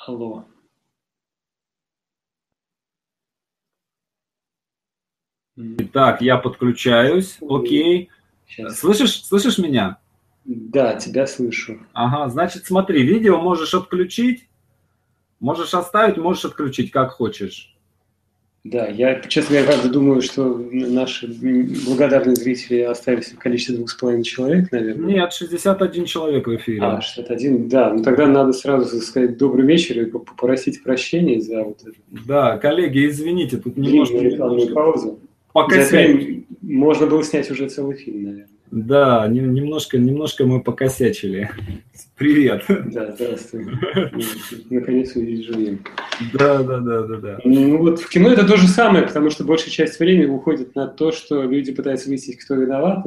Алло. Так, я подключаюсь. Окей. Сейчас. Слышишь меня? Да, тебя слышу. Ага, значит, смотри, видео можешь отключить, можешь оставить, можешь отключить, как хочешь. Да, я, честно говоря, правда думаю, что наши благодарные зрители остались в количестве 2,5 человек, наверное. Нет, 61 человек в эфире. 61, да. Ну тогда надо сразу сказать добрый вечер и попросить прощения за вот эту Да, коллеги, извините, тут длинную рекламную паузу. За это время можно было снять уже целый фильм, наверное. Да, немножко мы покосячили. Привет. Да, здравствуй. Наконец увидеть живым. Да. Ну вот в кино это то же самое, потому что большая часть времени уходит на то, что люди пытаются выяснить, кто виноват.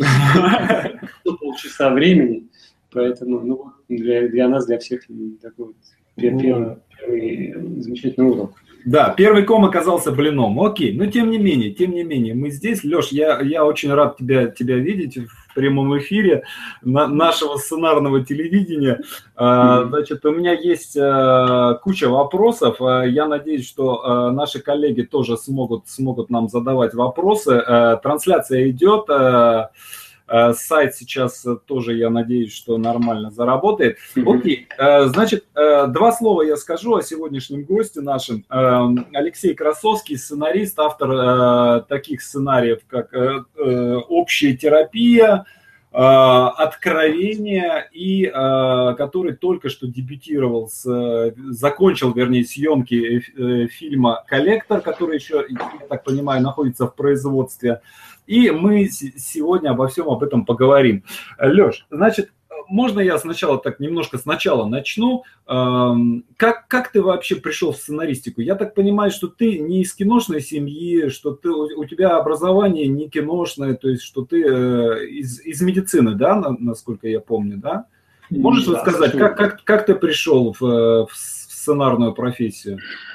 Полчаса времени. Поэтому ну, для нас, для всех, такой первый замечательный урок. Да, первый ком оказался блином. Окей, но тем не менее, мы здесь. Леш, я очень рад тебя видеть в прямом эфире нашего сценарного телевидения. Значит, у меня есть куча вопросов. Я надеюсь, что наши коллеги тоже смогут нам задавать вопросы. Трансляция идет. Сайт сейчас тоже, я надеюсь, что нормально заработает. Окей, значит, два слова я скажу о сегодняшнем госте нашем. Алексей Красовский, сценарист, автор таких сценариев, как «Общая терапия», «Откровение», и который только что дебютировал, закончил, вернее, съемки фильма «Коллектор», который еще, я так понимаю, находится в производстве. И мы сегодня обо всем об этом поговорим. Леш, значит, можно я немножко сначала начну? Как ты вообще пришел в сценаристику? Я так понимаю, что ты не из киношной семьи, что у тебя образование не киношное, то есть что ты из медицины, да, насколько я помню, да? Можешь рассказать, как ты пришел в сценарную профессию?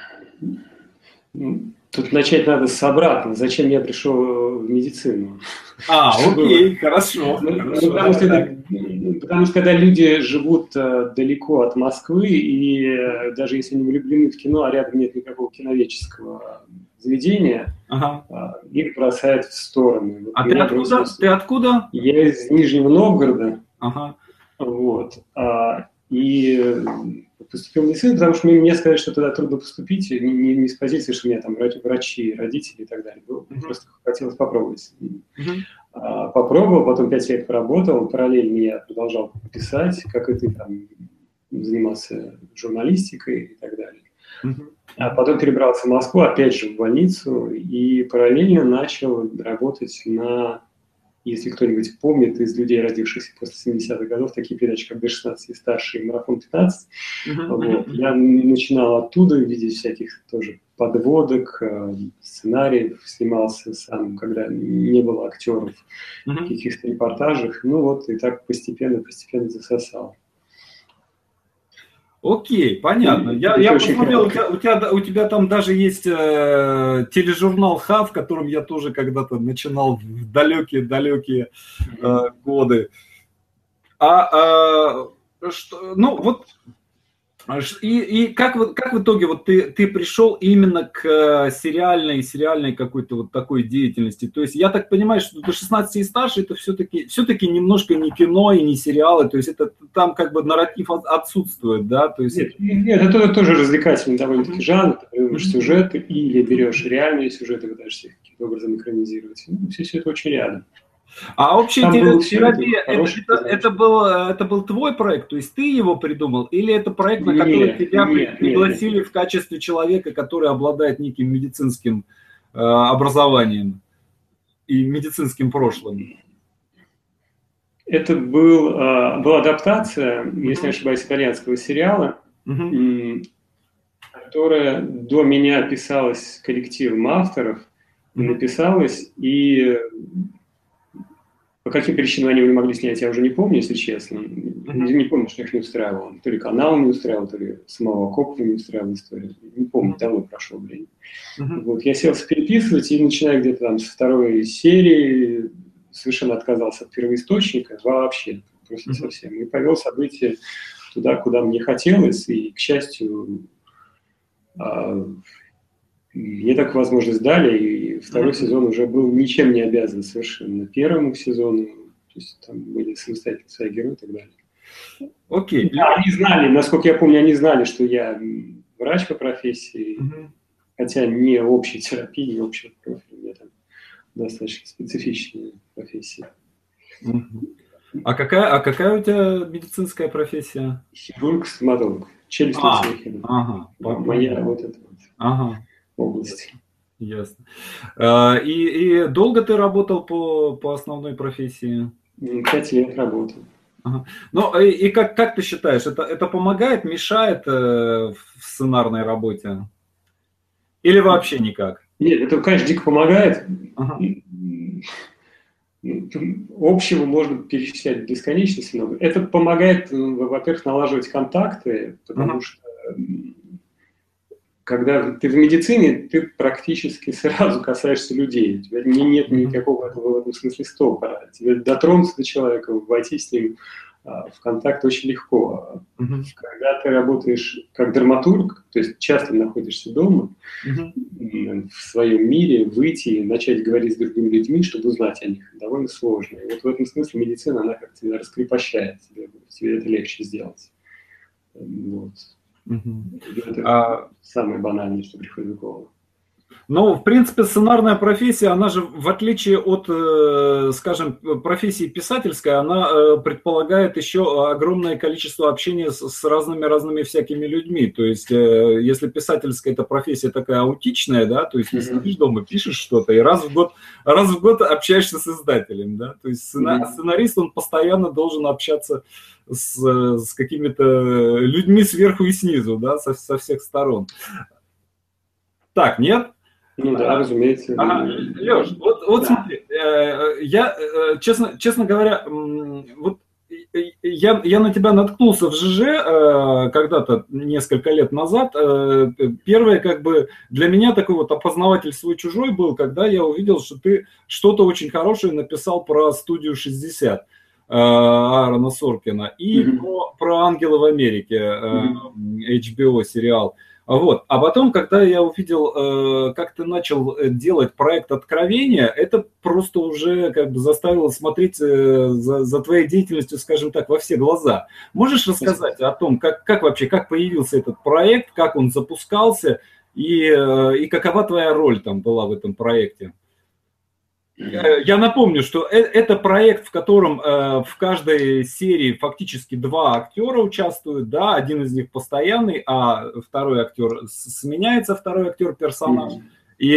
Тут начать надо с обратного. Зачем я пришел в медицину? Окей, хорошо. Потому что когда люди живут далеко от Москвы, и даже если они влюблены в кино, а рядом нет никакого киноведческого заведения, их бросают в сторону. Ты откуда? Я из Нижнего Новгорода. Вот. И поступил в медицину, потому что мне сказали, что туда трудно поступить, не с позиции, что у меня там врачи, родители и так далее. Просто хотелось попробовать. Попробовал, потом 5 лет поработал, параллельно я продолжал писать, как и ты, там, занимался журналистикой и так далее. А потом перебрался в Москву, опять же в больницу, и параллельно начал работать на... Если кто-нибудь помнит из людей, родившихся после 70-х годов, такие передачи, как «До-16» и «Старший», и «Марафон 15». Вот. Я начинал оттуда видеть всяких тоже подводок, сценариев, снимался сам, когда не было актеров в каких-то репортажах. Ну вот, и так постепенно засосал. Окей, понятно. Я посмотрел, у тебя там даже есть тележурнал «Ха», в котором я тоже когда-то начинал в далекие годы. Ну вот, и как в итоге вот ты пришел именно к сериальной какой-то вот такой деятельности? То есть я так понимаю, что до 16 и старше это все-таки немножко не кино и не сериалы, то есть это там как бы нарратив отсутствует, да? То есть... Нет, это тоже развлекательный довольно-таки жанр, ты берешь сюжеты или берешь реальные сюжеты, пытаешься их каким-то образом экранизировать. Ну, все это очень рядом. А общая терапия, это был твой проект, то есть ты его придумал, или это проект, на который тебя пригласили в качестве человека, который обладает неким медицинским образованием и медицинским прошлым? Это была адаптация, если не ошибаюсь, итальянского сериала, которая до меня писалась коллективом авторов, написалась, и по каким причинам они его не могли снять, я уже не помню, если честно. Не помню, что их не устраивало. То ли канал не устраивал, то ли самого Коппа не устраивала история. Не помню, давно прошло время. Вот, я селся переписывать, и начиная где-то там с второй серии совершенно отказался от первоисточника вообще, просто совсем. И повел события туда, куда мне хотелось, и, к счастью, мне такую возможность дали, и второй сезон уже был ничем не обязан совершенно первому сезону, то есть там были самостоятельные свои герои и так далее. Окей. Да, они знали, насколько я помню, они знали, что я врач по профессии, хотя не общей терапии, не общего профиля, у меня там достаточно специфичная профессия. А какая у тебя медицинская профессия? Хирург-стоматолог, челюстно-лицевой хирург. Моя вот эта вот область. Ясно. И долго ты работал по основной профессии? 5 лет работал. Ну, и как ты считаешь, это помогает, мешает в сценарной работе? Или вообще никак? Нет, это, конечно, дико помогает. Общего можно перечислять бесконечно много. Это помогает, во-первых, налаживать контакты, потому что когда ты в медицине, ты практически сразу касаешься людей. У тебя нет никакого в этом смысле стопора. Тебе дотронуться до человека, войти с ним в контакт очень легко. Когда ты работаешь как драматург, то есть часто находишься дома, в своем мире, выйти и начать говорить с другими людьми, чтобы узнать о них, довольно сложно. И вот в этом смысле медицина, она как-то тебя раскрепощает, тебе это легче сделать. Вот. Это самое банальное, что приходит в голову. Ну, в принципе, сценарная профессия, она же, в отличие от, скажем, профессии писательской, она предполагает еще огромное количество общения с разными всякими людьми. То есть, если писательская эта профессия такая аутичная, да, то есть ты сидишь дома, пишешь что-то, и раз в год общаешься с издателем, да, то есть сценарист, он постоянно должен общаться с какими-то людьми сверху и снизу, да, со всех сторон. Так, нет? Ну да, разумеется. Леш, вот да. Смотри, я, честно говоря, вот я на тебя наткнулся в ЖЖ когда-то, несколько лет назад. Первое, как бы, для меня такой вот опознаватель свой-чужой был, когда я увидел, что ты что-то очень хорошее написал про студию 60 Аарона Соркина и про «Ангелы в Америке», HBO сериал. Вот. А потом, когда я увидел, как ты начал делать проект «Откровение», это просто уже как бы заставило смотреть за твоей деятельностью, скажем так, во все глаза. Можешь рассказать о том, как появился этот проект, как он запускался и какова твоя роль там была в этом проекте? Я напомню, что это проект, в котором в каждой серии фактически 2 актера участвуют, да, один из них постоянный, а второй актер сменяется, второй актер персонаж. И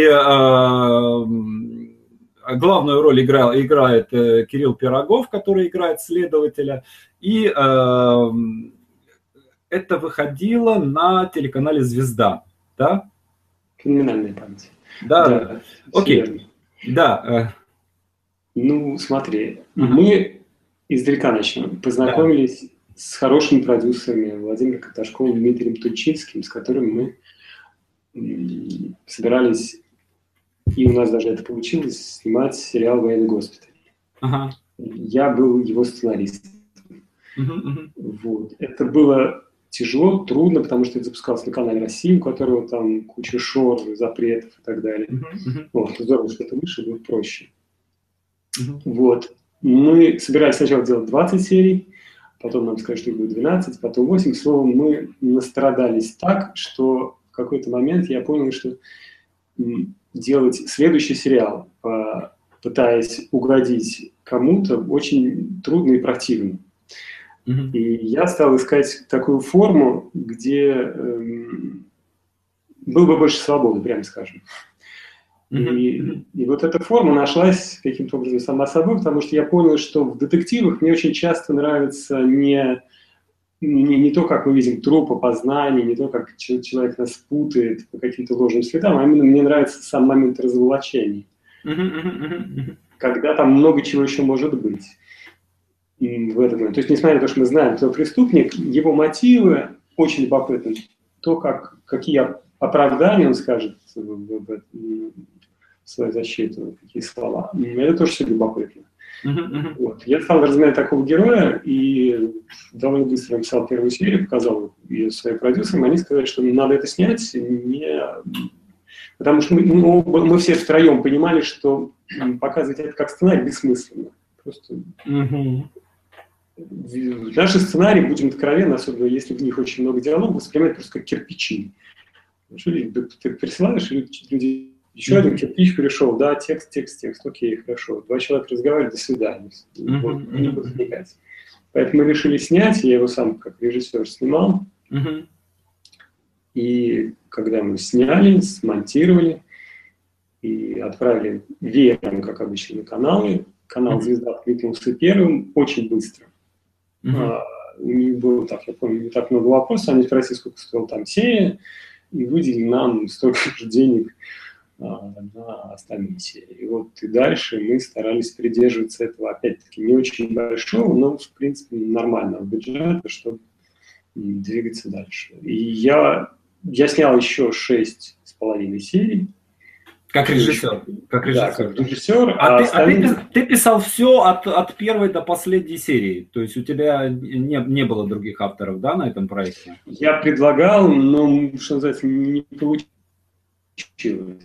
главную роль играет Кирилл Пирогов, который играет следователя. И это выходило на телеканале «Звезда», да? Криминальная память. Да. Окей. Да. Ну, смотри, мы издалека начнем. Познакомились с хорошими продюсерами Владимиром Каташковым, Дмитрием Тульчинским, с которым мы собирались, и у нас даже это получилось, снимать сериал «Военный госпиталь». Я был его сценаристом. Вот. Это было тяжело, трудно, потому что это запускалось на канале «Россия», у которого там куча шор, запретов и так далее. Вот. Здорово, что это выше, будет проще. Вот. Мы собирались сначала делать 20 серий, потом нам сказали, что их будет 12, потом 8. Словом, мы настрадались так, что в какой-то момент я понял, что делать следующий сериал, пытаясь угодить кому-то, очень трудно и противно. И я стал искать такую форму, где было бы больше свободы, прямо скажем. И вот эта форма нашлась каким-то образом сама собой, потому что я понял, что в детективах мне очень часто нравится не то, как мы видим труп, опознание, не то, как человек нас путает по каким-то ложным следам, а именно мне нравится сам момент разоблачения. Когда там много чего еще может быть. В этом момент. То есть, несмотря на то, что мы знаем, кто преступник, его мотивы очень любопытны. То, какие оправдания он скажет в свою защиту, какие слова. Это тоже все любопытно. Вот. Я стал разменять такого героя и довольно быстро написал первую серию, показал ее своим продюсерам. Они сказали, что надо это снять, потому что мы все втроем понимали, что показывать это как сценарий бессмысленно. Просто наши сценарии, будем откровенны, особенно если в них очень много диалогов, воспринимают просто как кирпичи. Что ты присылаешь, люди... Еще один кирпич пришел, да, текст, окей, хорошо. Два человека разговаривают, до свидания. Вот, не буду вникать. Поэтому мы решили снять, я его сам как режиссер снимал. И когда мы сняли, смонтировали и отправили веером, как обычно, на каналы, канал «Звезда» откликнулся первым очень быстро. У них было, так, я помню, не так много вопросов, они спросили, сколько стоила там серия, и выделили нам столько же денег на остальные серии. И вот и дальше мы старались придерживаться этого, опять-таки, не очень большого, но, в принципе, нормального бюджета, чтобы двигаться дальше. И я снял еще 6,5 серий. Как режиссер. Да, как режиссер. Ты писал все от первой до последней серии? То есть у тебя не было других авторов, да, на этом проекте? Я предлагал, но, что называется, не получилось.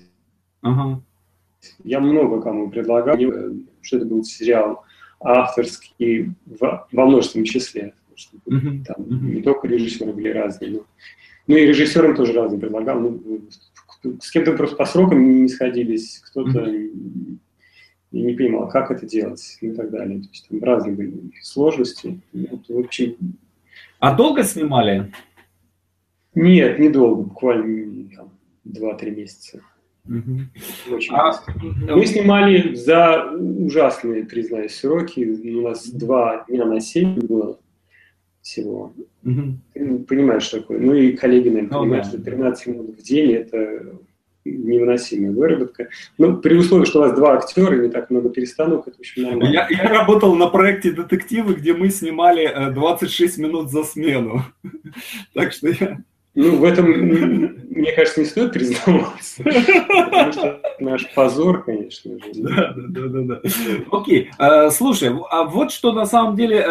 Я много кому предлагал, что это был сериал авторский во множественном числе. Там не только режиссеры были разные, но и режиссерам тоже разные предлагал. С кем-то просто по срокам не сходились, кто-то не понимал, как это делать и так далее. То есть там разные были сложности. В общем... А долго снимали? Нет, недолго, буквально 2-3 месяца. Очень мы снимали за ужасные, признаюсь, сроки. У нас 2 дня на 7 было всего. Ты понимаешь, что такое. Ну и коллеги, наверное, понимают, что 13 минут в день – это невыносимая выработка. Ну, при условии, что у вас 2 актера и не так много перестановок, это очень нормально. Я работал на проекте «Детективы», где мы снимали 26 минут за смену. Так что я... Ну, в этом, мне кажется, не стоит признаваться. Потому что это наш позор, конечно же. Да. Окей. Слушай, а вот что на самом деле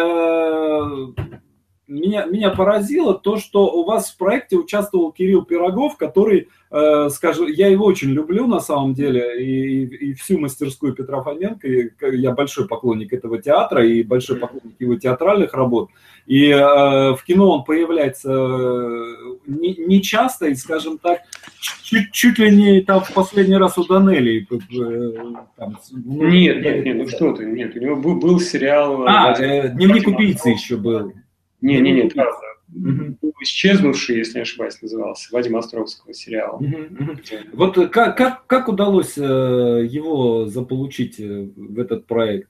меня поразило, то, что у вас в проекте участвовал Кирилл Пирогов, который, скажу, я его очень люблю на самом деле, и всю мастерскую Петра Фоменко, я большой поклонник этого театра и большой поклонник его театральных работ. И в кино он появляется не часто, и, скажем так, чуть ли не там в последний раз у Данелии. Нет, ну что ты, нет, у него был сериал... «Дневник убийцы» еще был. Нет, правда. «Исчезнувший», если не ошибаюсь, назывался, Вадима Островского сериала. Вот как удалось его заполучить в этот проект?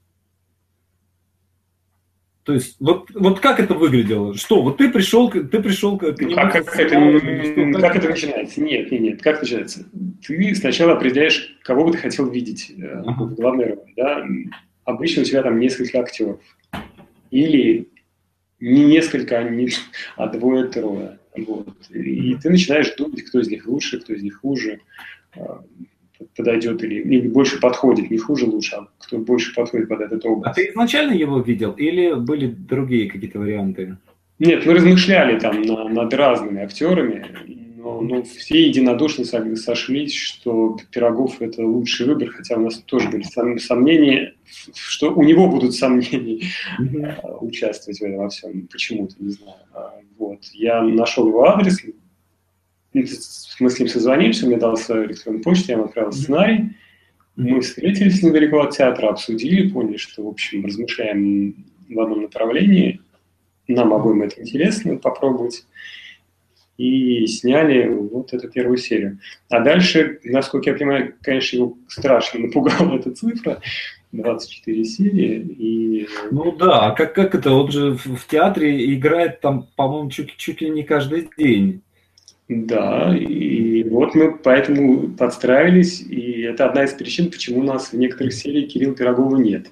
То есть, вот как это выглядело? Что, вот ты пришел к нему... Как это начинается? Нет. Как начинается? Ты сначала определяешь, кого бы ты хотел видеть в главной роли. Да? Обычно у тебя там несколько актеров. Или не несколько, а 2-3. Вот. И ты начинаешь думать, кто из них лучше, кто из них хуже, подойдет или больше подходит, не хуже, лучше, а кто больше подходит под этот образ. А ты изначально его видел или были другие какие-то варианты? Нет, мы размышляли там над разными актерами, но все единодушно сошлись, что Пирогов – это лучший выбор, хотя у нас тоже были сомнения, что у него будут сомнения участвовать в этом во всем, почему-то, не знаю. Вот. Я нашел его адрес, мы с ним созвонимся, он мне дал свою электронную почту, я ему отправил сценарий, мы встретились недалеко от театра, обсудили, поняли, что, в общем, размышляем в одном направлении, нам обоим это интересно попробовать, и сняли вот эту первую серию. А дальше, насколько я понимаю, конечно, его страшно напугала эта цифра, 24 серии. И... Ну да, как это, он же в театре играет там, по-моему, чуть ли не каждый день. Да, и вот мы поэтому подстраивались, и это одна из причин, почему у нас в некоторых сериях Кирилла Пирогова нет.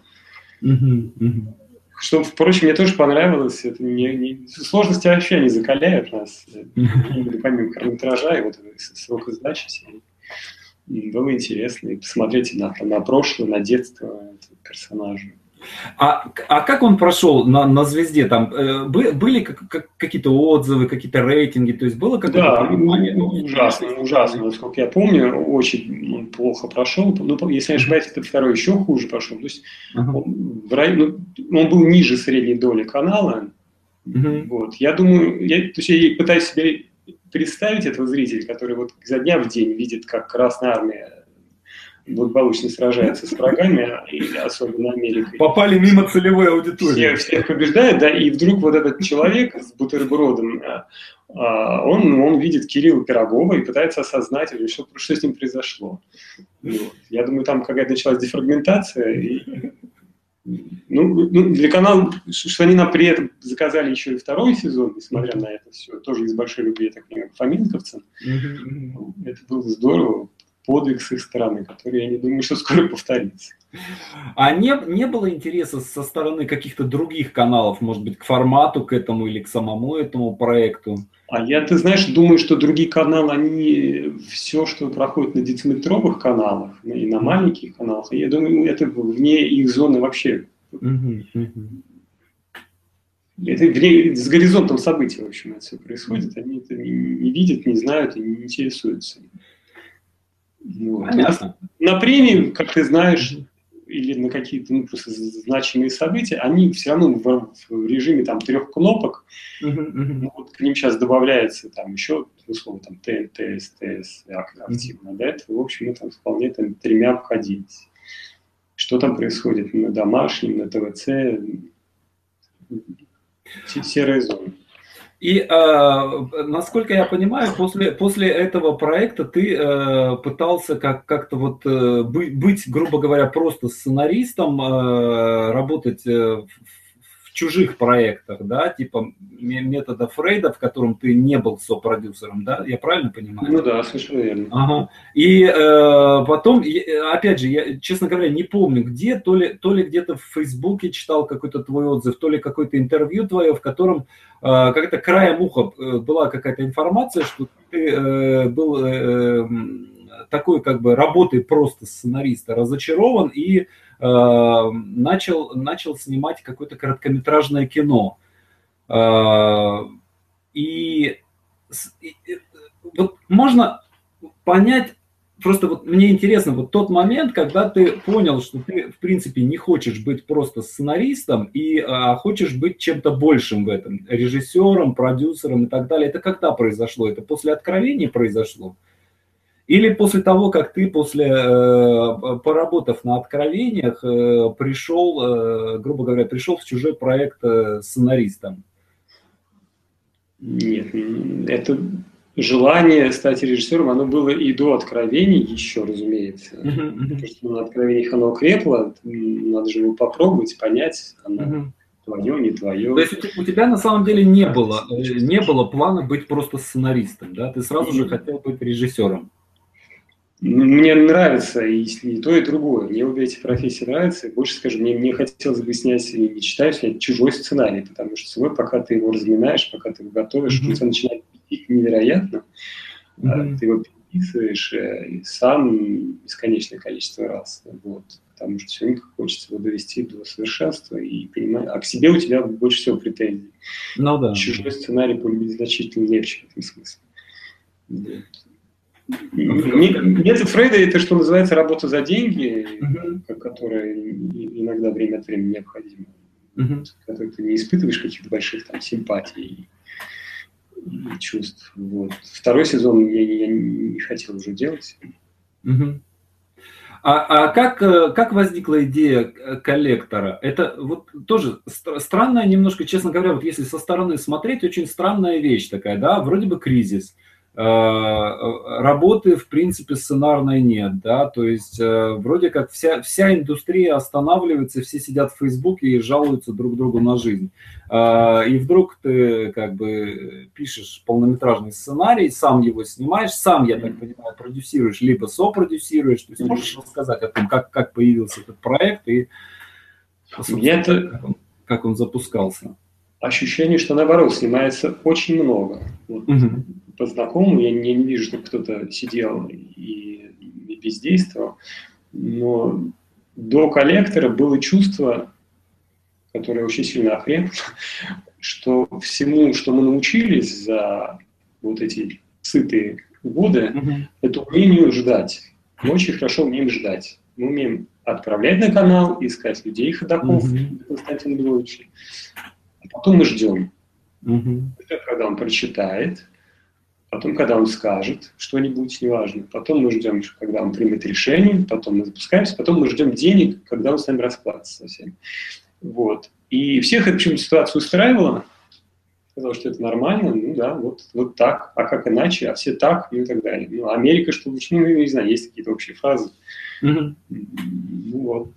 Что, впрочем, мне тоже понравилось. Это сложности вообще не закаляют нас, помимо хронометража и вот срока сдачи серии. было интересно и посмотреть на прошлое, на детство персонажа. А как он прошел на «Звезде»? Там были какие-то отзывы, какие-то рейтинги? То есть было какое-то понимание? Ужасно. Насколько я помню, очень плохо прошел. Ну, если не ошибаюсь, это второй еще хуже пошел. То есть он был ниже средней доли канала. Вот. Я думаю, я пытаюсь себе представить этого зрителя, который вот изо дня в день видит, как Красная Армия благополучно сражается с врагами, и особенно Америкой. Попали мимо целевой аудитории. Всех побеждает, да, и вдруг вот этот человек с бутербродом, он видит Кирилла Пирогова и пытается осознать, что с ним произошло. Вот. Я думаю, там какая-то началась дефрагментация. Для канала, что они нам при этом заказали еще и второй сезон, несмотря на это все, тоже из большой любви, я так понимаю, к фоминковцам. Это было здорово. Подвиг с их стороны, который, я не думаю, что скоро повторится. А не было интереса со стороны каких-то других каналов, может быть, к формату, к этому или к самому этому проекту? Ты знаешь, думаю, что другие каналы, они все, что проходит на дециметровых каналах и на маленьких каналах, я думаю, это вне их зоны вообще. Это с горизонтом событий, в общем, это все происходит. Они это не видят, не знают и не интересуются. Вот. На премии, как ты знаешь, или на какие-то просто значимые события, они все равно в режиме 3 кнопок. Вот к ним сейчас добавляется еще, условно, ТНТ, СТС активно. До этого, в общем, мы там вполне 3 обходились. Что там происходит на домашнем, на ТВЦ, серая зона. И, насколько я понимаю, после этого проекта ты пытался как-то вот быть, грубо говоря, просто сценаристом, работать в чужих проектах, да, типа метода Фрейда, в котором ты не был сопродюсером, да, я правильно понимаю? Ну да, совершенно верно. Ага. И потом, опять же, я, честно говоря, не помню, где, то ли где-то в Фейсбуке читал какой-то твой отзыв, то ли какое-то интервью твое, в котором как-то краем уха была какая-то информация, что ты был такой, как бы, работой просто сценариста разочарован и начал снимать какое-то короткометражное кино. И вот можно понять, просто вот мне интересно, вот тот момент, когда ты понял, что ты, в принципе, не хочешь быть просто сценаристом и хочешь быть чем-то большим в этом, режиссером, продюсером и так далее. Это когда произошло? Это после откровений произошло? Или после того, как ты, поработав на откровениях, грубо говоря, пришел в чужой проект сценаристом? Нет, это желание стать режиссером, оно было и до откровений еще, разумеется. Потому что на откровениях оно крепло, надо же его попробовать, понять, оно твое, не твое. То есть у тебя на самом деле не было плана быть просто сценаристом, да? Ты сразу же хотел быть режиссером. Мне нравится и то, и другое. Мне обе эти профессии нравятся. Больше скажу, мне хотелось бы снять, не читаю, снять чужой сценарий, потому что свой, пока ты его разминаешь, пока ты его готовишь, у тебя начинает пить невероятно. Ты его переписываешь сам бесконечное количество раз. Вот. Потому что все равно хочется его довести до совершенства и понимать. А к себе у тебя больше всего претензий. Ну да. Чужой сценарий полюбить значительно легче в этом смысле. Вот. Метод Фрейда – это, что называется, работа за деньги, которая иногда время от времени необходима. Когда ты не испытываешь каких-то больших симпатий и чувств. Вот. Второй сезон я не хотел уже делать. А как возникла идея коллектора? Это вот тоже странная немножко, честно говоря, вот если со стороны смотреть, очень странная вещь такая, да, вроде бы кризис. Работы, в принципе, сценарной нет, да, то есть вроде как вся индустрия останавливается, все сидят в Фейсбуке и жалуются друг другу на жизнь. И вдруг ты как бы пишешь полнометражный сценарий, сам его снимаешь, сам, я так понимаю, продюсируешь, либо сопродюсируешь. То есть можешь рассказать о том, как появился этот проект и как он запускался? Ощущение, что наоборот, снимается очень много. Вот. По знакомым я не вижу, чтобы кто-то сидел и бездействовал. Но до коллектора было чувство, которое очень сильно окрепло, что всему, что мы научились за вот эти сытые годы, это умению ждать. Мы очень хорошо умеем ждать. Мы умеем отправлять на канал, искать людей, ходоков, Константина Львовича. А потом мы ждем. Когда он прочитает, потом, когда он скажет что-нибудь, неважно. Потом мы ждем, когда он примет решение, потом мы запускаемся, потом мы ждем денег, когда он с нами расплатится со всеми. Вот. И всех это почему-то ситуацию устраивала. Сказал, что это нормально, ну да, вот так, а как иначе, а все так, и так далее. Ну, Америка, что лучше, ну, не знаю, есть какие-то общие фразы. Ну вот.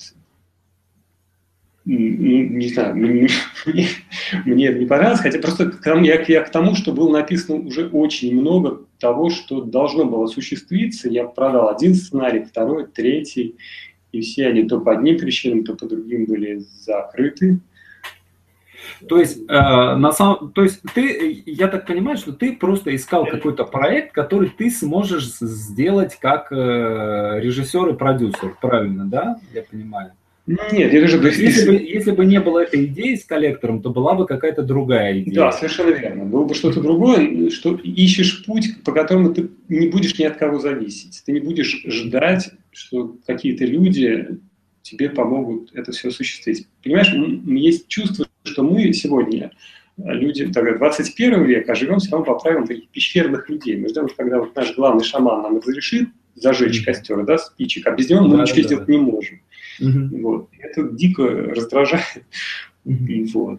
Не знаю, мне это не понравилось, хотя просто я к тому, что было написано уже очень много того, что должно было осуществиться. Я продал один сценарий, второй, третий, и все они то по одним причинам, то по другим были закрыты. То есть, ты, я так понимаю, что ты просто искал какой-то проект, который ты сможешь сделать как режиссер и продюсер, правильно, да? Я понимаю. Нет, я даже... Если бы не было этой идеи с коллектором, то была бы какая-то другая идея. Да, совершенно верно. Было бы что-то другое, что ищешь путь, по которому ты не будешь ни от кого зависеть. Ты не будешь ждать, что какие-то люди тебе помогут это все осуществить. Понимаешь, есть чувство, что мы сегодня, люди 21 века, живем все равно по правилам таких пещерных людей. Мы ждем, когда вот наш главный шаман нам разрешит зажечь костер, да, спичек, а без него мы ничего сделать не можем. Вот. Это дико раздражает. Вот.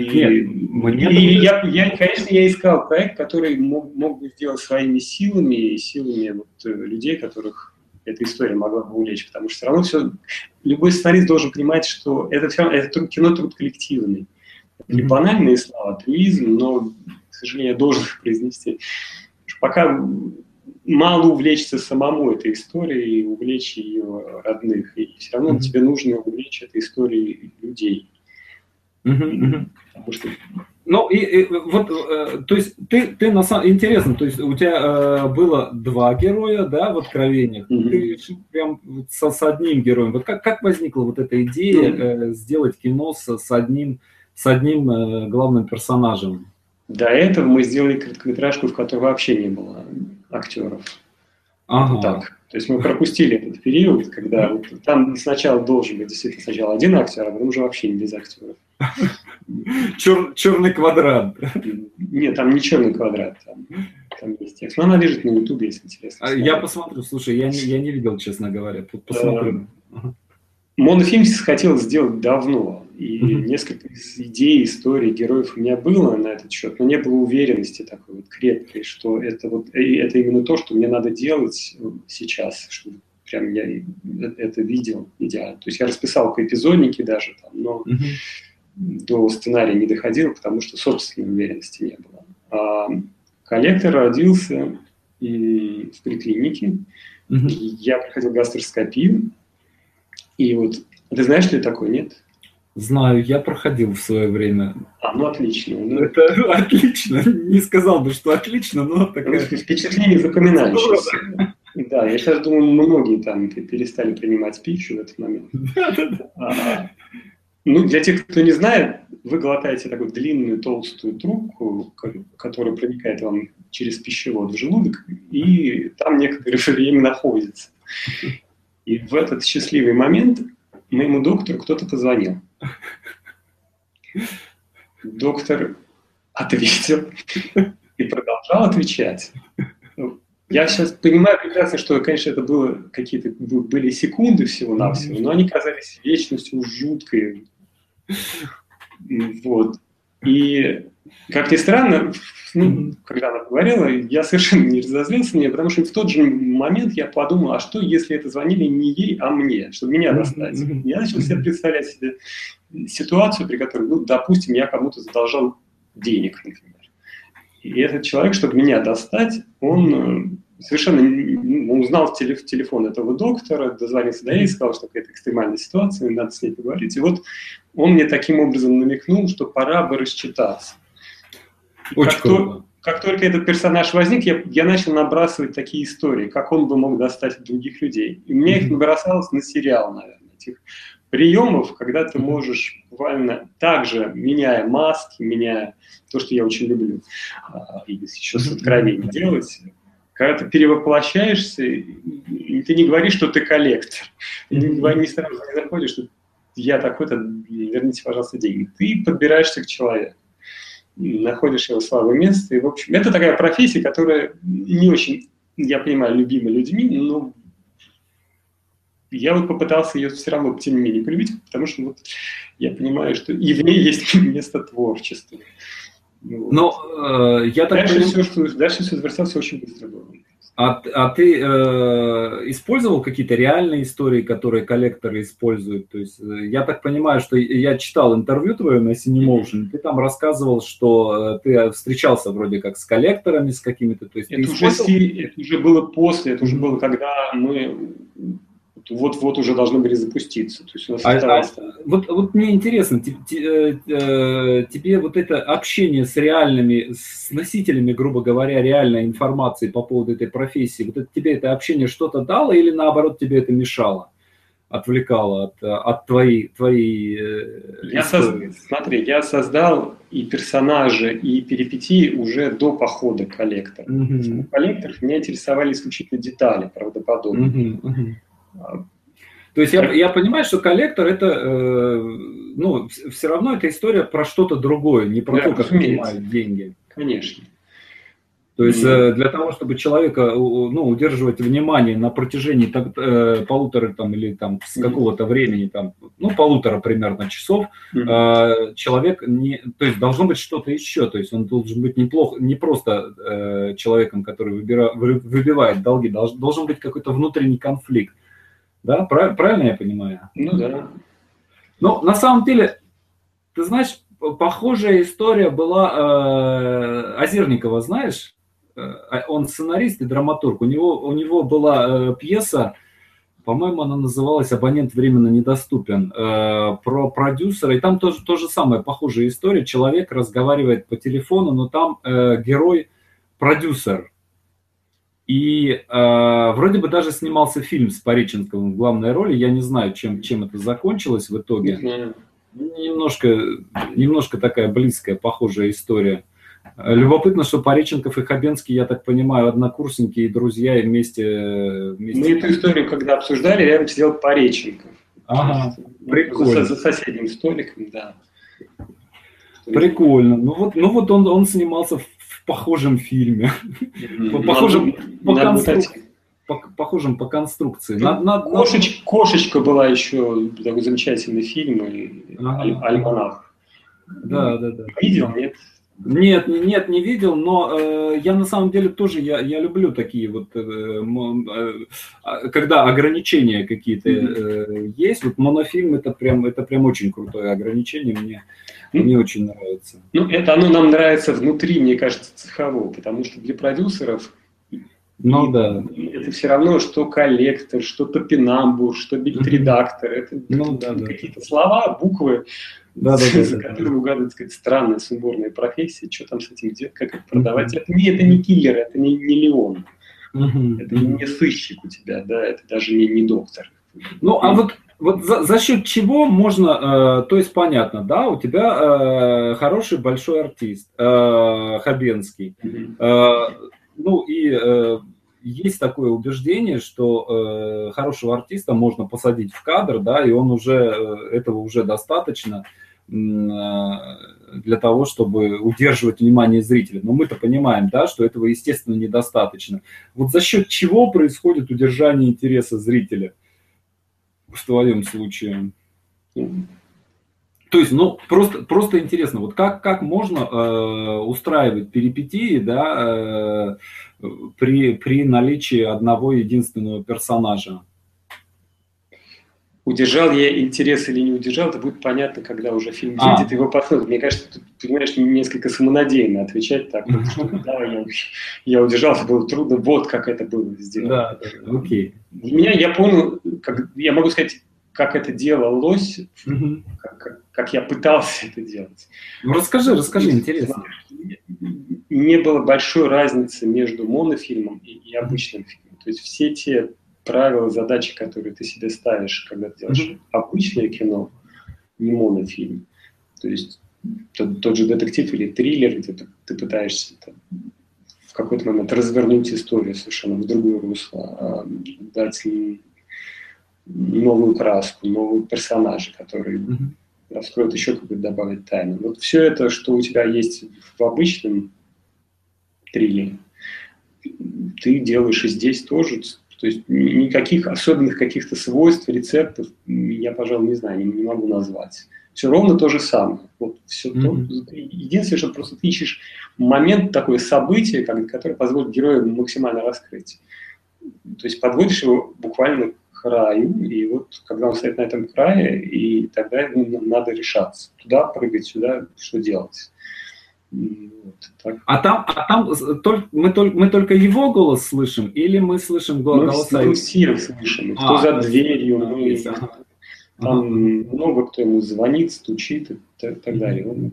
Конечно, я искал проект, который мог бы сделать своими силами и силами вот, людей, которых эта история могла бы увлечь, потому что все равно любой сценарист должен понимать, что это все равно это кино труд коллективный. Это не банальные слова, альтруизм, но, к сожалению, я должен их произнести. Пока мало увлечься самому этой историей и увлечь ее родных. И все равно тебе нужно увлечь этой историей людей. Потому что... Ну, то есть ты на самом интересно, то есть у тебя было 2 героя, да, в «Откровениях, ты решил прям с одним героем. Вот как возникла вот эта идея сделать кино с одним главным персонажем? До этого мы сделали короткометражку, в которой вообще не было актеров. Вот так. То есть мы пропустили этот период, когда там сначала должен быть действительно сначала один актер, а потом уже вообще не без актеров. Черный квадрат. Нет, там не черный квадрат, там есть текст. Но она лежит на Ютубе, если интересно. Я посмотрю, слушай, я не видел, честно говоря. Посмотрю. Монофильм хотел сделать давно, и несколько идей, историй, героев у меня было на этот счет, но не было уверенности такой вот крепкой, что это именно то, что мне надо делать сейчас, чтобы прям я это видел идеально. То есть я расписал по эпизоднике даже, но до сценария не доходил, потому что собственной уверенности не было. А коллектор родился в поликлинике, я проходил гастроскопию, и вот, ты знаешь, что это такое, нет? Знаю, я проходил в свое время. Ну отлично. Это отлично. Не сказал бы, что отлично, но такая... Впечатление запоминающееся. Да, я сейчас думаю, многие там перестали принимать пищу в этот момент. Ну, для тех, кто не знает, вы глотаете такую длинную толстую трубку, которая проникает вам через пищевод в желудок, и там некоторое время находится. И в этот счастливый момент моему доктору кто-то позвонил. Доктор ответил и продолжал отвечать. Я сейчас понимаю прекрасно, что, конечно, это были секунды всего-навсего, но они казались вечностью жуткой. Вот. И, как ни странно, когда она говорила, я совершенно не разозлился на нее, потому что в тот же момент я подумал, а что, если это звонили не ей, а мне, чтобы меня достать? Я начал себе представлять себе ситуацию, при которой, допустим, я кому-то задолжал денег, например. И этот человек, чтобы меня достать, он совершенно узнал телефон этого доктора, дозвонился до нее и сказал, что какая-то экстремальная ситуация, надо с ней поговорить. И вот он мне таким образом намекнул, что пора бы рассчитаться. Очень круто. как только этот персонаж возник, я начал набрасывать такие истории, как он бы мог достать других людей. И у меня их набросалось на сериал, наверное, этих приемов, когда ты можешь буквально также, меняя маски, меняя то, что я очень люблю, и еще с откровением делать, когда ты перевоплощаешься, и ты не говоришь, что ты коллектор, не сразу не заходишь, что я такой-то, верните, пожалуйста, деньги. Ты подбираешься к человеку, находишь его слабое место. И, в общем, это такая профессия, которая не очень, я понимаю, любима людьми, но я вот попытался ее все равно, тем не менее, полюбить, потому что вот я понимаю, что и в ней есть место творчества. Вот. Но я так понимаю... Дальше все завертелось очень быстро было. А ты использовал какие-то реальные истории, которые коллекторы используют? То есть я так понимаю, что я читал интервью твое на Cinemotion, ты там рассказывал, что ты встречался вроде как с коллекторами, с какими-то... То есть это уже было после, это уже было, когда мы... Вот уже должны были запуститься. То есть у нас вот мне интересно, тебе вот это общение с реальными, с носителями, грубо говоря, реальной информации по поводу этой профессии, вот тебе это общение что-то дало или наоборот тебе это мешало, отвлекало от твоей истории? Смотри, я создал и персонажа, и перипетии уже до похода коллектора. У коллекторов меня интересовали исключительно детали правдоподобные. То есть я понимаю, что коллектор это, все равно это история про что-то другое, не про то, как снимают деньги. Конечно. То есть для того, чтобы человека, удерживать внимание на протяжении полутора или с какого-то времени, полутора примерно часов, человек то есть должно быть что-то еще, то есть он должен быть не просто человеком, который выбивает долги, должен быть какой-то внутренний конфликт. Да, правильно я понимаю? Ну да. Ну, на самом деле, ты знаешь, похожая история была Озерникова, знаешь? Он сценарист и драматург. У него была пьеса, по-моему, она называлась «Абонент временно недоступен», про продюсера. И там тоже то же самое, похожая история. Человек разговаривает по телефону, но там герой продюсер. И вроде бы даже снимался фильм с Пореченковым в главной роли. Я не знаю, чем это закончилось в итоге. Немножко такая близкая, похожая история. Любопытно, что Пореченков и Хабенский, я так понимаю, однокурсники и друзья и вместе... Мы эту историю, когда обсуждали, рядом сидел Пореченков. Ага, прикольно. За соседним столиком, да. Прикольно. Ну вот он снимался в похожем фильме. Похожем по конструкции. «Кошечка» была еще такой замечательный фильм, «Альманах». Да. Видел, нет? Нет, не видел, но я на самом деле тоже, я люблю такие вот, когда ограничения какие-то есть, вот монофильм это прям очень крутое ограничение, мне очень нравится. Это оно нам нравится внутри, мне кажется, цехово, потому что для продюсеров да. Это все равно, что коллектор, что топинамбур, что бит-редактор, это какие-то слова, буквы, за которыми угадывают, так сказать, странные сумбурные профессии, что там с этим делать, как это продавать. Это не киллер, это не Леон, это не сыщик у тебя, да, это даже не доктор. Ну, а вот за счет чего можно, то есть понятно, да, у тебя хороший большой артист, Хабенский, есть такое убеждение, что хорошего артиста можно посадить в кадр, да, и этого уже достаточно для того, чтобы удерживать внимание зрителя. Но мы-то понимаем, да, что этого, естественно, недостаточно. Вот за счет чего происходит удержание интереса зрителя в твоем случае? То есть, просто интересно, вот как можно устраивать перипетии, да, при наличии одного единственного персонажа? Удержал я интерес или не удержал, это будет понятно, когда уже фильм выйдет, его посмотрят. Мне кажется, ты понимаешь, несколько самонадеянно отвечать так, да, я удержал, это было трудно, вот как это было сделано. Да, окей. Для меня, я понял, я могу сказать, как это делалось, как я пытался это делать. Ну, расскажи, интересно. не было большой разницы между монофильмом и обычным фильмом. То есть все те правила, задачи, которые ты себе ставишь, когда ты делаешь обычное кино, не монофильм. То есть тот же детектив или триллер, где ты пытаешься в какой-то момент развернуть историю совершенно в другое русло, дать новую краску, новые персонажи, которые раскроют еще какую-то, добавить тайну. Вот все это, что у тебя есть в обычном триллере, ты делаешь и здесь тоже. То есть никаких особенных каких-то свойств, рецептов я, пожалуй, не знаю, не могу назвать. Все ровно то же самое. Вот все единственное, что просто ты ищешь момент, такое событие, которое позволит герою максимально раскрыть. То есть подводишь его буквально к краю, и вот когда он стоит на этом крае, и тогда надо решаться. Туда прыгать, сюда, что делать. Вот, там мы только его голос слышим, или мы слышим голоса? Мы все слышим. Кто за дверью, там много кто ему звонит, стучит и так далее.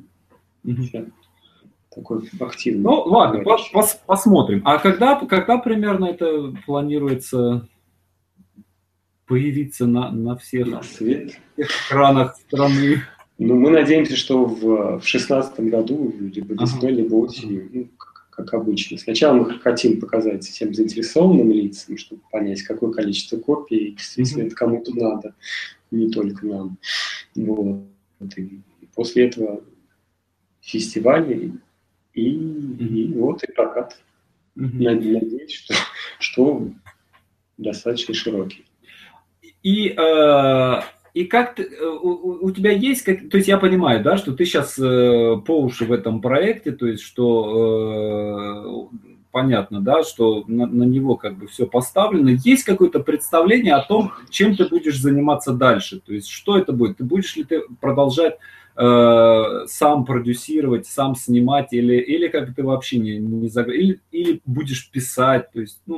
Такой активный. Ну ладно, посмотрим. А когда примерно это планируется появиться на всех экранах страны? Ну, мы надеемся, что в 2016 году, либо весной, либо осенью, как обычно. Сначала мы хотим показать всем заинтересованным лицам, чтобы понять, какое количество копий, и действительно это кому-то надо, не только нам. Вот. И после этого фестивали и прокат. Надеюсь, что достаточно широкий. И как у тебя есть, то есть я понимаю, да, что ты сейчас по уши в этом проекте, то есть что понятно, да, что на него как бы все поставлено. Есть какое-то представление о том, чем ты будешь заниматься дальше? То есть что это будет? Будешь ли ты продолжать сам продюсировать, сам снимать, или как ты вообще или будешь писать? То есть,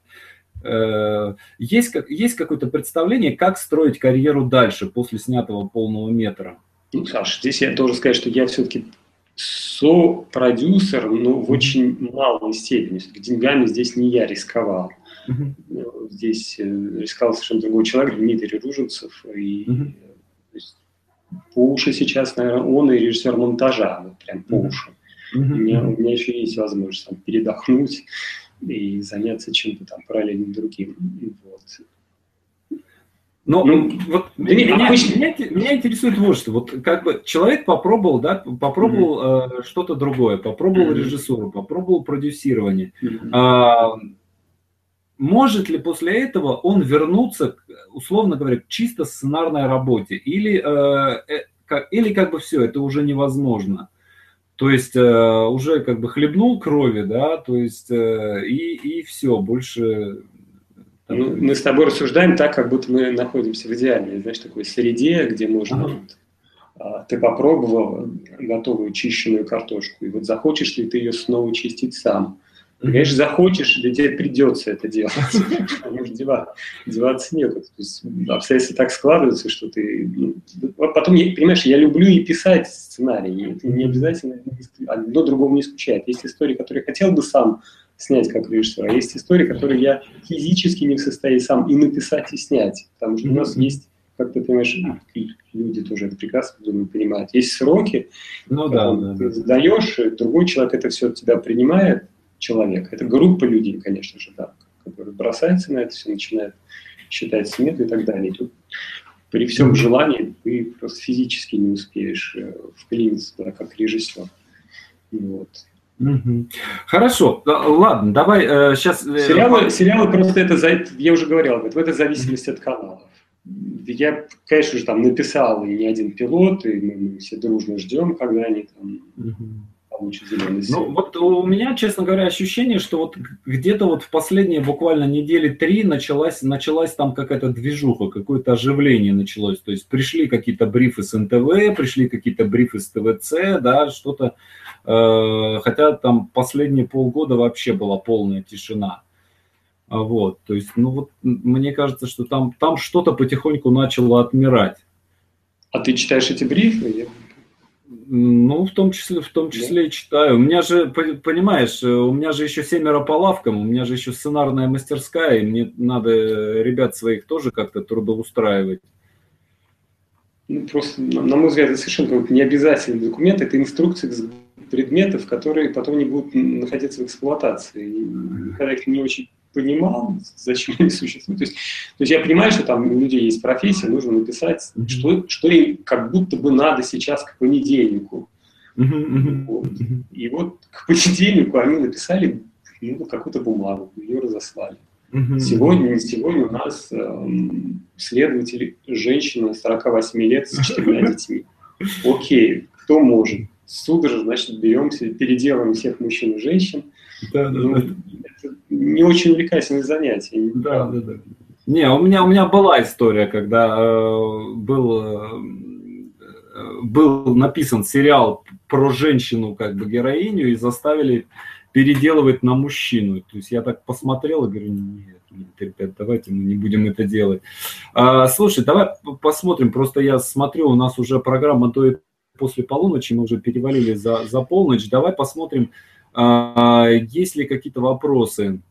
есть какое-то представление, как строить карьеру дальше после снятого полного метра? Ну, Саш, здесь я должен сказать, что я все-таки сопродюсер, но в очень малой степени. Деньгами здесь не я рисковал. Здесь рисковал совершенно другой человек, Дмитрий Руженцев. И по уши сейчас, наверное, он и режиссер монтажа, вот прям по уши. У меня еще есть возможность там передохнуть и заняться чем-то там параллельно другим. Вот. Меня интересует вот что. Вот как бы человек попробовал, да, что-то другое, попробовал режиссуру, попробовал продюсирование. Может ли после этого он вернуться, условно говоря, к чисто сценарной работе? Или как бы все, это уже невозможно? То есть уже как бы хлебнул крови, да, то есть и все, больше... Мы с тобой рассуждаем так, как будто мы находимся в идеальной, знаешь, такой среде, где можно... Ты попробовал готовую чищенную картошку, и вот захочешь ли ты ее снова чистить сам? Ты, конечно, захочешь, или тебе придется это делать. Потому что деваться некуда. То есть обстоятельства так складываются, что ты... Потом, понимаешь, я люблю и писать сценарий. Это не обязательно одно другому не исключает. Есть истории, которые я хотел бы сам снять как режиссер, а есть истории, которые я физически не в состоянии сам и написать, и снять. Потому что у нас есть, как ты понимаешь, люди тоже это прекрасно, думаю, понимают. Есть сроки, ты задаешь, другой человек это все от тебя принимает, человек. Это группа людей, конечно же, да, которые бросаются на это все, начинают считать смету и так далее. И тут при всем желании ты просто физически не успеешь вклиниться, да, как режиссер. Вот. Хорошо, ладно, давай сейчас... Сериалы просто это, я уже говорил об этом, это зависимость от каналов. Я, конечно же, там написал и не один пилот, и мы все дружно ждем, когда они там... Ну, вот у меня, честно говоря, ощущение, что вот где-то вот в последние буквально недели 3 началась там какая-то движуха, какое-то оживление началось. То есть пришли какие-то брифы с НТВ, пришли какие-то брифы с ТВЦ, да, что-то. Хотя там последние полгода вообще была полная тишина. Вот, то есть, ну вот, мне кажется, что там что-то потихоньку начало отмирать. А ты читаешь эти брифы? Ну, в том числе и читаю. У меня же, понимаешь, у меня же еще 7 по лавкам, у меня же еще сценарная мастерская, и мне надо ребят своих тоже как-то трудоустраивать. Ну, просто, на мой взгляд, это совершенно необязательный документ, это инструкция предметов, которые потом не будут находиться в эксплуатации. И когда я их не очень понимал, зачем они существуют. То есть я понимаю, что там у людей есть профессия, нужно написать, что им как будто бы надо сейчас к понедельнику. Вот. И вот к понедельнику они написали какую-то бумагу, ее разослали. Сегодня у нас следователь, женщина 48 лет с 4 детьми. Окей, кто может? Судорожно, значит, беремся, переделываем всех мужчин и женщин. Да. Это не очень увлекательное занятие. Да. Не, у меня была история, когда был написан сериал про женщину, как бы героиню, и заставили переделывать на мужчину. То есть я так посмотрел и говорю, нет, ребят, давайте мы не будем это делать. Слушай, давай посмотрим, просто я смотрю, у нас уже программа до и после полуночи, мы уже перевалили за полночь. Давай посмотрим, есть ли какие-то вопросы.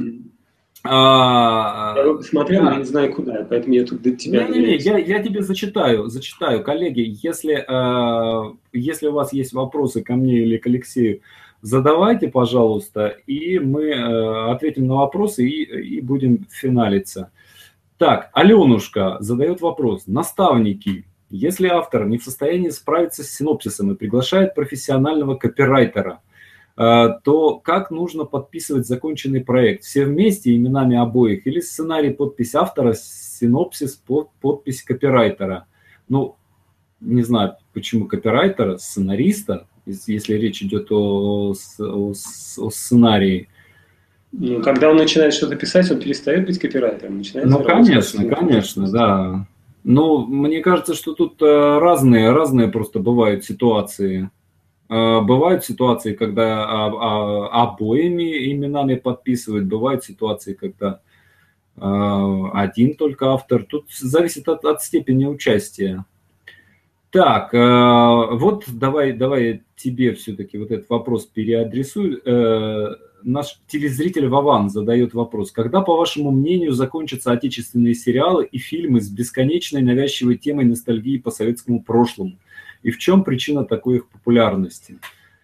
Я посмотрел, но не знаю куда, поэтому я тут до тебя... Я тебе зачитаю. Коллеги, если у вас есть вопросы ко мне или к Алексею, задавайте, пожалуйста, и мы ответим на вопросы и будем финалиться. Так, Аленушка задает вопрос. Наставники. Если автор не в состоянии справиться с синопсисом и приглашает профессионального копирайтера, то как нужно подписывать законченный проект? Все вместе именами обоих или сценарий, подпись автора, синопсис, подпись копирайтера? Ну, не знаю, почему копирайтера, сценариста, если речь идет о сценарии. Ну, когда он начинает что-то писать, он перестает быть копирайтером. Ну, конечно, да. Но мне кажется, что тут разные просто бывают ситуации. Бывают ситуации, когда обоими именами подписывают, бывают ситуации, когда один только автор. Тут зависит от степени участия. Так, вот давай я тебе все-таки вот этот вопрос переадресую. Наш телезритель Вован задает вопрос. Когда, по вашему мнению, закончатся отечественные сериалы и фильмы с бесконечной навязчивой темой ностальгии по советскому прошлому? И в чем причина такой их популярности?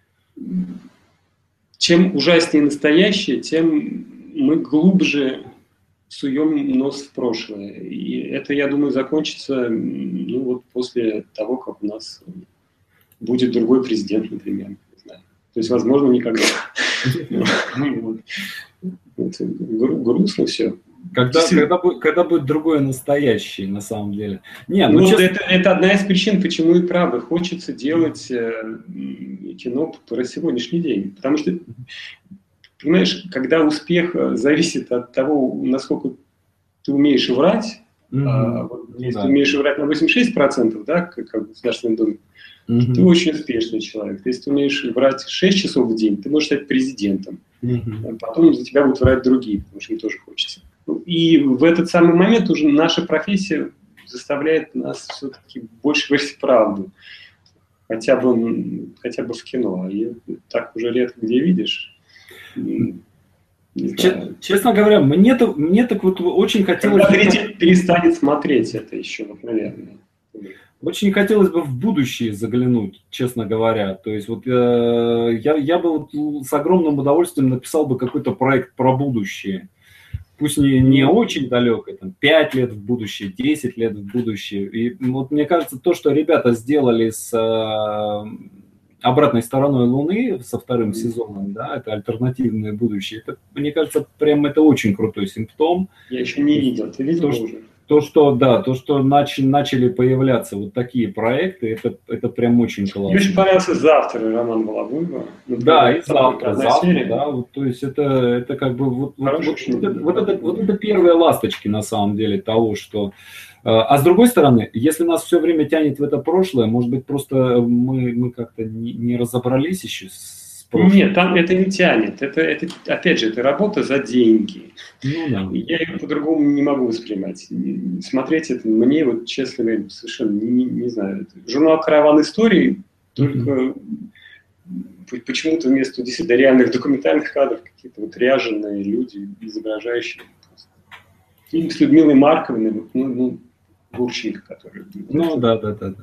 Чем ужаснее настоящее, тем мы глубже суем нос в прошлое. И это, я думаю, закончится после того, как у нас будет другой президент, например. Не знаю. То есть, возможно, никогда. Грустно все. Когда будет другое настоящее, на самом деле. Это одна из причин, почему и правда хочется делать кино про сегодняшний день. Потому что, понимаешь, когда успех зависит от того, насколько ты умеешь врать, если ты умеешь врать на 86%, да, как в Государственном Думе, ты очень успешный человек. Если ты умеешь врать 6 часов в день, ты можешь стать президентом. Потом за тебя будут врать другие, потому что им тоже хочется. И в этот самый момент уже наша профессия заставляет нас все-таки больше говорить правду. Хотя бы в кино. И так уже редко где видишь. Честно говоря, мне так вот очень хотелось... Когда перестанет смотреть это еще, наверное. Очень хотелось бы в будущее заглянуть, честно говоря. То есть вот я бы с огромным удовольствием написал бы какой-то проект про будущее. Пусть не очень далекое, там 5 лет в будущее, 10 лет в будущее. И вот мне кажется, то, что ребята сделали с «Обратной стороной Луны» со вторым сезоном, да, это альтернативное будущее, это, мне кажется, прям это очень крутой симптом. Я еще не видел, ты видел уже? То, что начали появляться вот такие проекты, это прям очень классно. Мне очень понравился «Завтра» Роман Балабуева. Да, и завтра, да, вот, то есть это как бы вот это первые ласточки на самом деле того, что... А с другой стороны, если нас все время тянет в это прошлое, может быть, просто мы как-то не разобрались еще с прошлым. Нет, там это не тянет. Это опять же, это работа за деньги. Я ее по-другому не могу воспринимать. Смотреть это мне, вот честно говоря, совершенно не знаю. Журнал «Караван истории» Только почему-то вместо действительно реальных документальных кадров какие-то вот ряженые люди, изображающие. Фильм с Людмилой Марковной, Гурченко, который... Ну, да.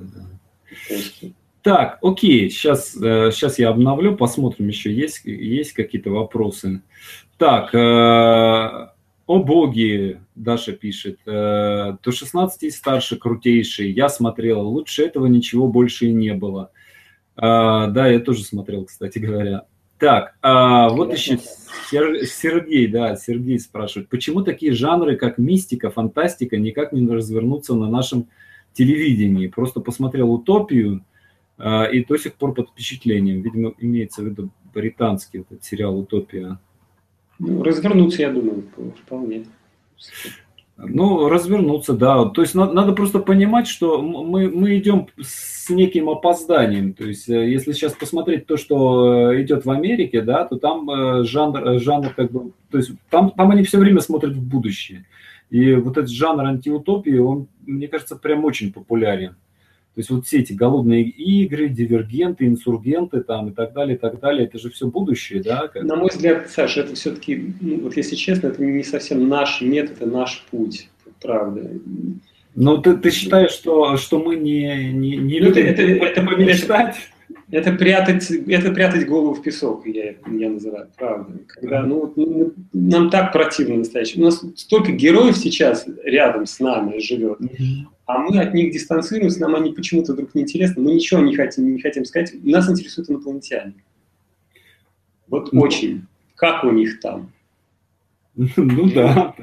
Так, окей, сейчас я обновлю, посмотрим, еще есть какие-то вопросы. Так, о боги, Даша пишет, до 16 и старше крутейший, я смотрела, лучше этого ничего больше и не было. Да, я тоже смотрел, кстати говоря. Так, вот еще Сергей спрашивает, почему такие жанры, как мистика, фантастика, никак не развернутся на нашем телевидении? Просто посмотрел «Утопию» и до сих пор под впечатлением. Видимо, имеется в виду британский вот этот сериал «Утопия». Ну, развернуться, я думаю, вполне. Ну, развернуться, да. То есть надо просто понимать, что мы идем с неким опозданием. То есть если сейчас посмотреть то, что идет в Америке, да, то там жанр как бы... То есть там они все время смотрят в будущее. И вот этот жанр антиутопии, он, мне кажется, прям очень популярен. То есть вот все эти голодные игры, дивергенты, инсургенты там и так далее, это же все будущее, да? На мой взгляд, Саша, это все-таки, вот если честно, это не совсем наш метод, это наш путь, правда. Ну, ты считаешь, что мы не любим это помечтать? Это прятать голову в песок, я называю, правда. Когда, нам так противно настоящее. У нас столько героев сейчас рядом с нами живет, а мы от них дистанцируемся, нам они почему-то вдруг неинтересны, мы ничего не хотим сказать. Нас интересуют инопланетяне. Вот очень. Как у них там? Ну да.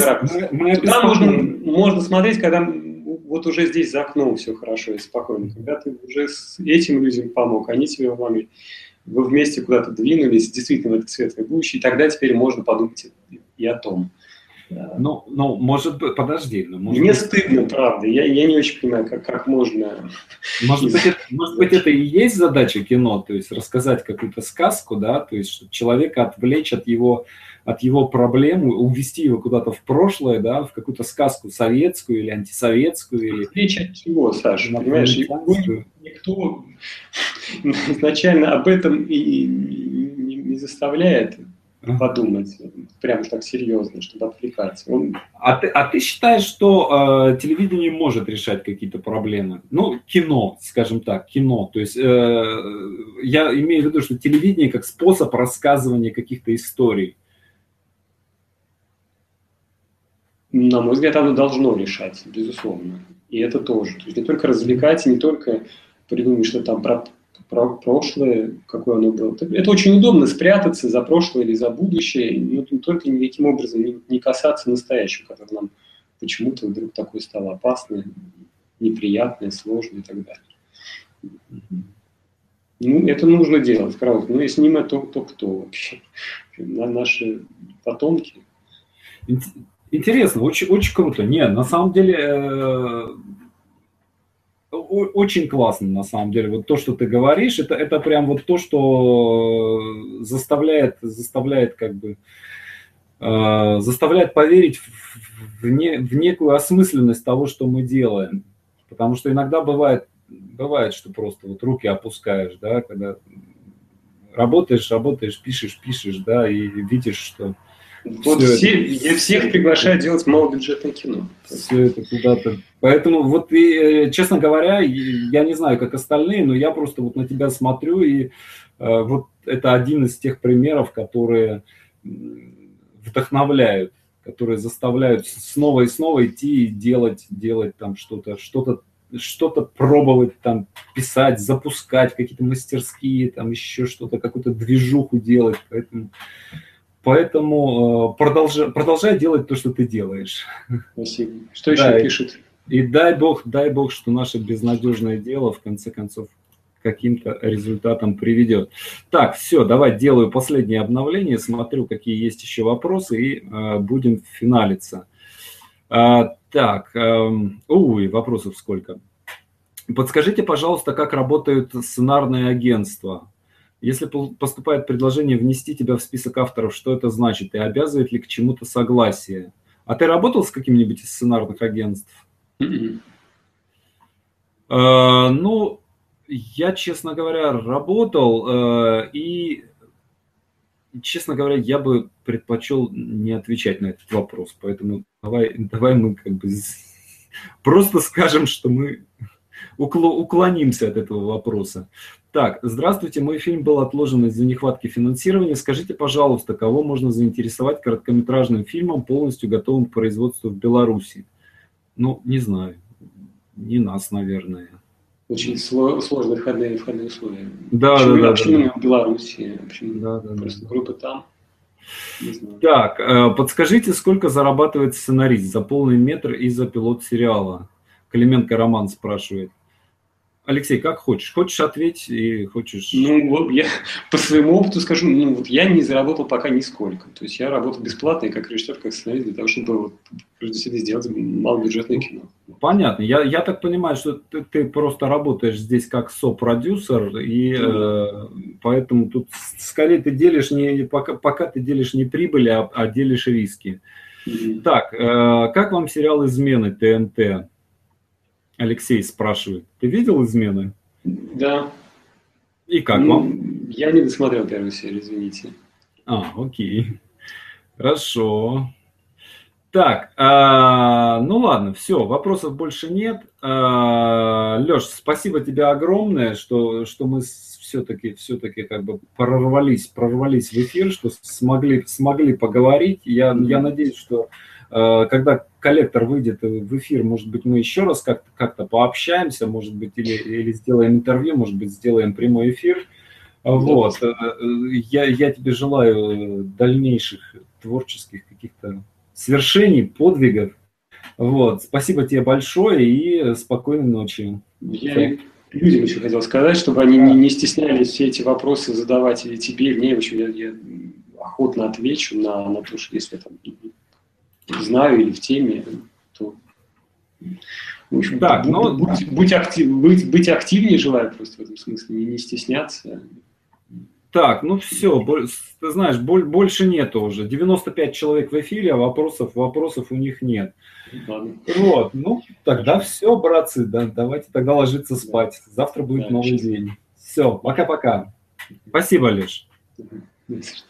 Там можно смотреть, когда вот уже здесь за окном все хорошо и спокойно. Когда ты уже с этим людям помог, они тебе помогли. Вы вместе куда-то двинулись, действительно, в это светлое будущее, и тогда теперь можно подумать и о том. Ну, может быть, подожди. Мне стыдно, правда. Я не очень понимаю, как можно... Может быть, это и есть задача кино, то есть рассказать какую-то сказку, да, то есть чтобы человека отвлечь от его проблем, увести его куда-то в прошлое, да, в какую-то сказку советскую или антисоветскую. Или... Отвлечь от чего, Саша, понимаешь? Никто изначально об этом и не заставляет подумать, прям так серьезно, чтобы отвлекаться. А ты считаешь, что телевидение может решать какие-то проблемы? Ну, кино, скажем так, кино. То есть я имею в виду, что телевидение как способ рассказывания каких-то историй. На мой взгляд, оно должно решать, безусловно. И это тоже. То есть не только развлекать, не только придумать, что там про прошлое, какое оно было. Это очень удобно спрятаться за прошлое или за будущее, но только никаким образом не касаться настоящего, который нам почему-то вдруг такой стал опасный, неприятный, сложный и так далее. Ну, это нужно делать, правда. Но если не мы, то кто вообще? Наши потомки. Интересно, очень, очень круто. Нет, на самом деле... Очень классно, на самом деле. Вот то, что ты говоришь, это прям вот то, что заставляет как бы заставляет поверить в некую осмысленность того, что мы делаем. Потому что иногда бывает, что просто вот руки опускаешь, да, когда работаешь, пишешь, да, и видишь, что... Вот я всех приглашаю делать малобюджетное кино. Все это куда-то. Поэтому вот, и, честно говоря, я не знаю, как остальные, но я просто вот на тебя смотрю, и вот это один из тех примеров, которые вдохновляют, которые заставляют снова и снова идти и делать там что-то пробовать, там, писать, запускать какие-то мастерские, там еще что-то, какую-то движуху делать. Поэтому продолжай делать то, что ты делаешь. Спасибо. Что еще пишут? И дай бог, что наше безнадежное дело в конце концов к каким-то результатам приведет. Так, все, давай делаю последнее обновление, смотрю, какие есть еще вопросы, и будем финалиться. Так, вопросов сколько. Подскажите, пожалуйста, как работают сценарные агентства? Если поступает предложение внести тебя в список авторов, что это значит? И обязывает ли к чему-то согласие? А ты работал с каким-нибудь из сценарных агентств? Ну, Я, честно говоря, работал, и, честно говоря, я бы предпочел не отвечать на этот вопрос. Поэтому давай мы как бы просто скажем, что мы уклонимся от этого вопроса. Так, здравствуйте, мой фильм был отложен из-за нехватки финансирования. Скажите, пожалуйста, кого можно заинтересовать короткометражным фильмом, полностью готовым к производству в Беларуси? Ну, не знаю, не нас, наверное. Очень сложные входные условия. Да, почему именно в Беларуси? Почему просто группа там? Не знаю. Так, подскажите, сколько зарабатывает сценарист за полный метр и за пилот сериала? Клименко Роман спрашивает. Алексей, как хочешь? Хочешь ответь и хочешь... Ну, вот я по своему опыту скажу, ну, вот я не заработал пока нисколько. То есть я работал бесплатно, и как режиссер, как сценарист, для того, чтобы вот, прежде всего сделать малобюджетное кино. Понятно. Я так понимаю, что ты просто работаешь здесь как сопродюсер, и поэтому тут скорее ты делишь пока ты делишь не прибыли, а делишь риски. Так, как вам сериал «Измены» ТНТ? Алексей спрашивает. Ты видел «Измены»? Да. И как вам? Я не досмотрел первую серию, извините. Окей. Хорошо. Так, ну ладно, все, вопросов больше нет. Леш, спасибо тебе огромное, что мы все-таки как бы прорвались в эфир, что смогли поговорить. Я надеюсь, что когда коллектор выйдет в эфир, может быть, мы еще раз как-то пообщаемся, может быть, или сделаем интервью, может быть, сделаем прямой эфир. Вот. Я тебе желаю дальнейших творческих каких-то свершений, подвигов. Вот. Спасибо тебе большое и спокойной ночи. Я людям еще хотел сказать, чтобы они не стеснялись все эти вопросы задавать или тебе, или мне. В общем, я охотно отвечу на то, что если я там знаю или в теме, то... В общем, так, быть активнее желаю просто в этом смысле, не стесняться. Так, ну все, ты знаешь, больше нету уже. 95 человек в эфире, а вопросов у них нет. Ладно. Вот, ну тогда все, братцы, давайте тогда ложиться спать. Завтра будет новый день. Все, пока-пока. Спасибо, Леш.